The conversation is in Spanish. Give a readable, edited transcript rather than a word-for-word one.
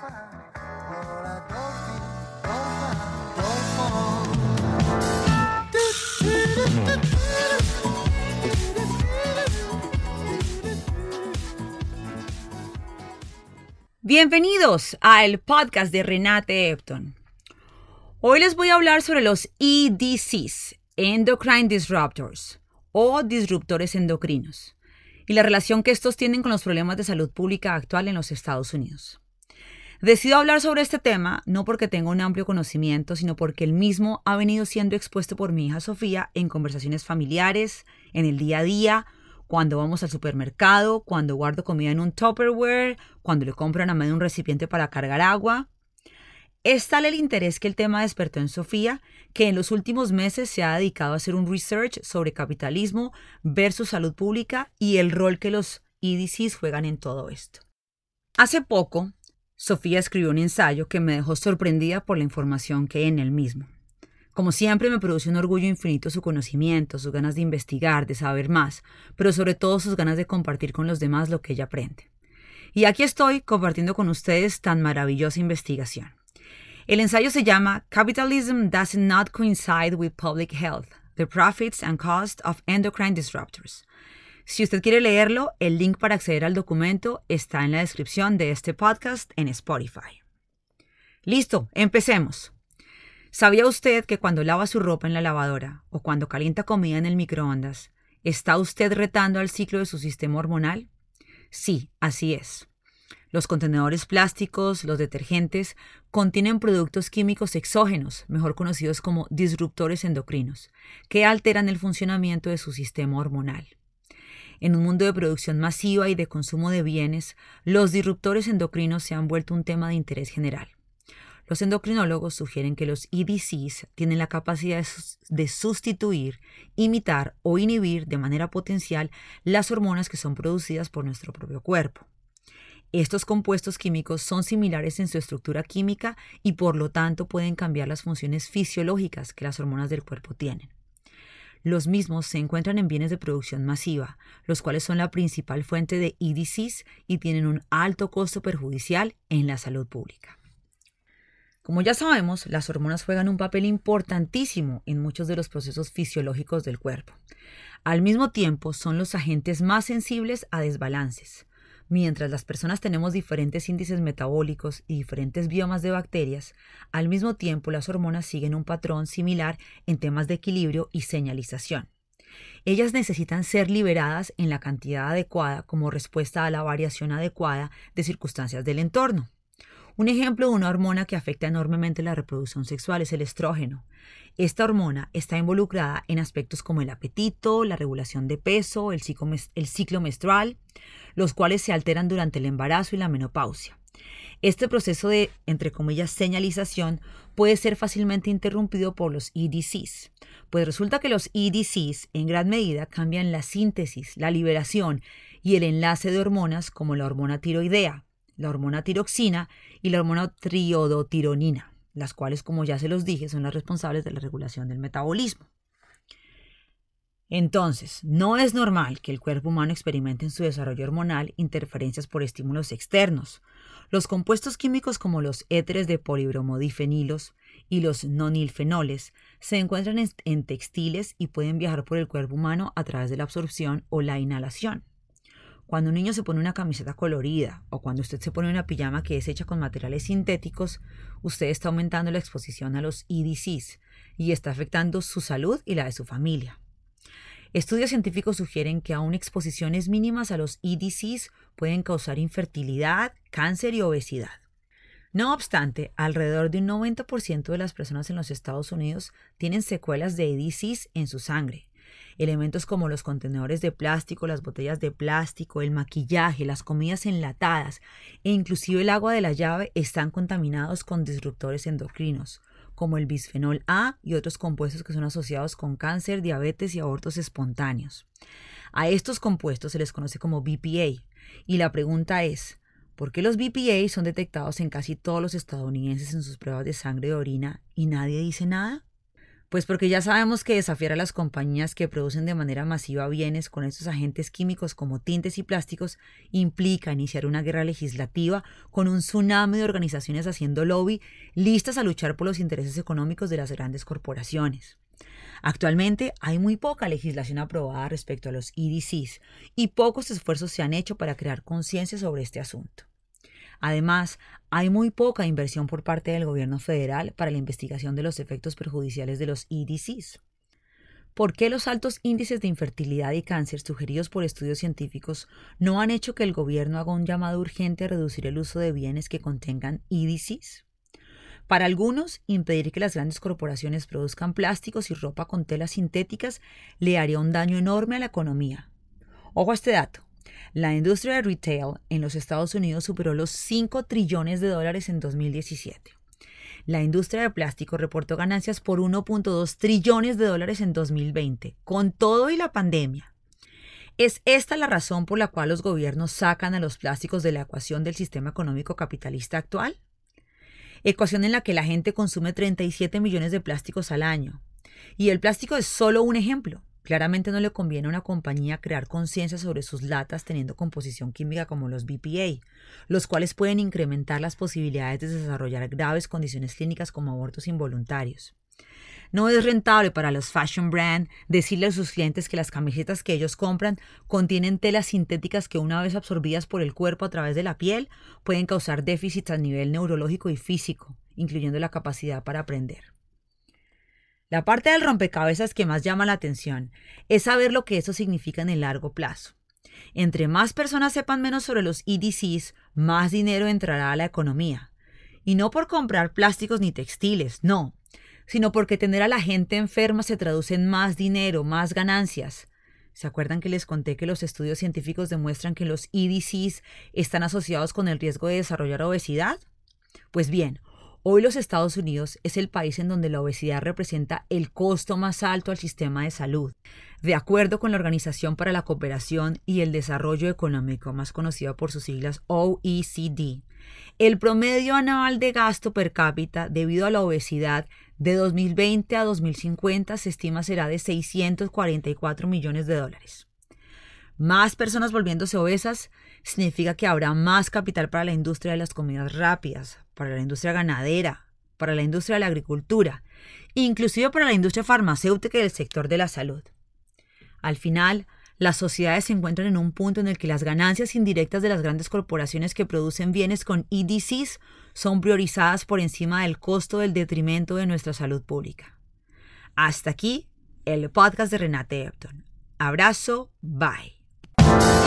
Bienvenidos al podcast de Renate Epton. Hoy les voy a hablar sobre los EDCs, Endocrine Disruptors, o disruptores endocrinos, y la relación que estos tienen con los problemas de salud pública actual en los Estados Unidos. Decido hablar sobre este tema no porque tenga un amplio conocimiento, sino porque el mismo ha venido siendo expuesto por mi hija Sofía en conversaciones familiares, en el día a día, cuando vamos al supermercado, cuando guardo comida en un Tupperware, cuando le compro a Namé un recipiente para cargar agua. Es tal el interés que el tema despertó en Sofía que en los últimos meses se ha dedicado a hacer un research sobre capitalismo versus salud pública y el rol que los EDCs juegan en todo esto. Hace poco, Sofía escribió un ensayo que me dejó sorprendida por la información que hay en él mismo. Como siempre, me produce un orgullo infinito su conocimiento, sus ganas de investigar, de saber más, pero sobre todo sus ganas de compartir con los demás lo que ella aprende. Y aquí estoy compartiendo con ustedes tan maravillosa investigación. El ensayo se llama Capitalism Does Not Coincide with Public Health: The Profits and Cost of Endocrine Disruptors. Si usted quiere leerlo, el link para acceder al documento está en la descripción de este podcast en Spotify. Listo, empecemos. ¿Sabía usted que cuando lava su ropa en la lavadora o cuando calienta comida en el microondas, está usted retando al ciclo de su sistema hormonal? Sí, así es. Los contenedores plásticos, los detergentes, contienen productos químicos exógenos, mejor conocidos como disruptores endocrinos, que alteran el funcionamiento de su sistema hormonal. En un mundo de producción masiva y de consumo de bienes, los disruptores endocrinos se han vuelto un tema de interés general. Los endocrinólogos sugieren que los EDCs tienen la capacidad de sustituir, imitar o inhibir de manera potencial las hormonas que son producidas por nuestro propio cuerpo. Estos compuestos químicos son similares en su estructura química y por lo tanto pueden cambiar las funciones fisiológicas que las hormonas del cuerpo tienen. Los mismos se encuentran en bienes de producción masiva, los cuales son la principal fuente de EDCs y tienen un alto costo perjudicial en la salud pública. Como ya sabemos, las hormonas juegan un papel importantísimo en muchos de los procesos fisiológicos del cuerpo. Al mismo tiempo, son los agentes más sensibles a desbalances. Mientras las personas tenemos diferentes índices metabólicos y diferentes biomas de bacterias, al mismo tiempo las hormonas siguen un patrón similar en temas de equilibrio y señalización. Ellas necesitan ser liberadas en la cantidad adecuada como respuesta a la variación adecuada de circunstancias del entorno. Un ejemplo de una hormona que afecta enormemente la reproducción sexual es el estrógeno. Esta hormona está involucrada en aspectos como el apetito, la regulación de peso, el ciclo menstrual, los cuales se alteran durante el embarazo y la menopausia. Este proceso de, entre comillas, señalización puede ser fácilmente interrumpido por los EDCs, pues resulta que los EDCs en gran medida cambian la síntesis, la liberación y el enlace de hormonas como la hormona tiroidea, la hormona tiroxina y la hormona triodotironina, las cuales, como ya se los dije, son las responsables de la regulación del metabolismo. Entonces, no es normal que el cuerpo humano experimente en su desarrollo hormonal interferencias por estímulos externos. Los compuestos químicos como los éteres de polibromodifenilos y los nonilfenoles se encuentran en textiles y pueden viajar por el cuerpo humano a través de la absorción o la inhalación. Cuando un niño se pone una camiseta colorida o cuando usted se pone una pijama que es hecha con materiales sintéticos, usted está aumentando la exposición a los EDCs y está afectando su salud y la de su familia. Estudios científicos sugieren que aún exposiciones mínimas a los EDCs pueden causar infertilidad, cáncer y obesidad. No obstante, alrededor de un 90% de las personas en los Estados Unidos tienen secuelas de EDCs en su sangre. Elementos como los contenedores de plástico, las botellas de plástico, el maquillaje, las comidas enlatadas e inclusive el agua de la llave están contaminados con disruptores endocrinos, como el bisfenol A y otros compuestos que son asociados con cáncer, diabetes y abortos espontáneos. A estos compuestos se les conoce como BPA, y la pregunta es, ¿por qué los BPA son detectados en casi todos los estadounidenses en sus pruebas de sangre y orina y nadie dice nada? Pues porque ya sabemos que desafiar a las compañías que producen de manera masiva bienes con estos agentes químicos como tintes y plásticos implica iniciar una guerra legislativa con un tsunami de organizaciones haciendo lobby listas a luchar por los intereses económicos de las grandes corporaciones. Actualmente hay muy poca legislación aprobada respecto a los EDCs y pocos esfuerzos se han hecho para crear conciencia sobre este asunto. Además, hay muy poca inversión por parte del gobierno federal para la investigación de los efectos perjudiciales de los EDCs. ¿Por qué los altos índices de infertilidad y cáncer sugeridos por estudios científicos no han hecho que el gobierno haga un llamado urgente a reducir el uso de bienes que contengan EDCs? Para algunos, impedir que las grandes corporaciones produzcan plásticos y ropa con telas sintéticas le haría un daño enorme a la economía. Ojo a este dato. La industria de retail en los Estados Unidos superó los $5 trillones en 2017. La industria de plástico reportó ganancias por $1.2 trillones en 2020, con todo y la pandemia. ¿Es esta la razón por la cual los gobiernos sacan a los plásticos de la ecuación del sistema económico capitalista actual? Ecuación en la que la gente consume 37 millones de plásticos al año. Y el plástico es solo un ejemplo. Claramente no le conviene a una compañía crear conciencia sobre sus latas teniendo composición química como los BPA, los cuales pueden incrementar las posibilidades de desarrollar graves condiciones clínicas como abortos involuntarios. No es rentable para los fashion brand decirle a sus clientes que las camisetas que ellos compran contienen telas sintéticas que una vez absorbidas por el cuerpo a través de la piel pueden causar déficits a nivel neurológico y físico, incluyendo la capacidad para aprender. La parte del rompecabezas que más llama la atención es saber lo que eso significa en el largo plazo. Entre más personas sepan menos sobre los EDCs, más dinero entrará a la economía. Y no por comprar plásticos ni textiles, no, sino porque tener a la gente enferma se traduce en más dinero, más ganancias. ¿Se acuerdan que les conté que los estudios científicos demuestran que los EDCs están asociados con el riesgo de desarrollar obesidad? Pues bien, hoy los Estados Unidos es el país en donde la obesidad representa el costo más alto al sistema de salud. De acuerdo con la Organización para la Cooperación y el Desarrollo Económico, más conocida por sus siglas OECD, el promedio anual de gasto per cápita debido a la obesidad de 2020 a 2050 se estima será de $644 millones. Más personas volviéndose obesas significa que habrá más capital para la industria de las comidas rápidas, para la industria ganadera, para la industria de la agricultura, inclusive para la industria farmacéutica y el sector de la salud. Al final, las sociedades se encuentran en un punto en el que las ganancias indirectas de las grandes corporaciones que producen bienes con EDCs son priorizadas por encima del costo del detrimento de nuestra salud pública. Hasta aquí el podcast de Renate Epton. Abrazo, bye.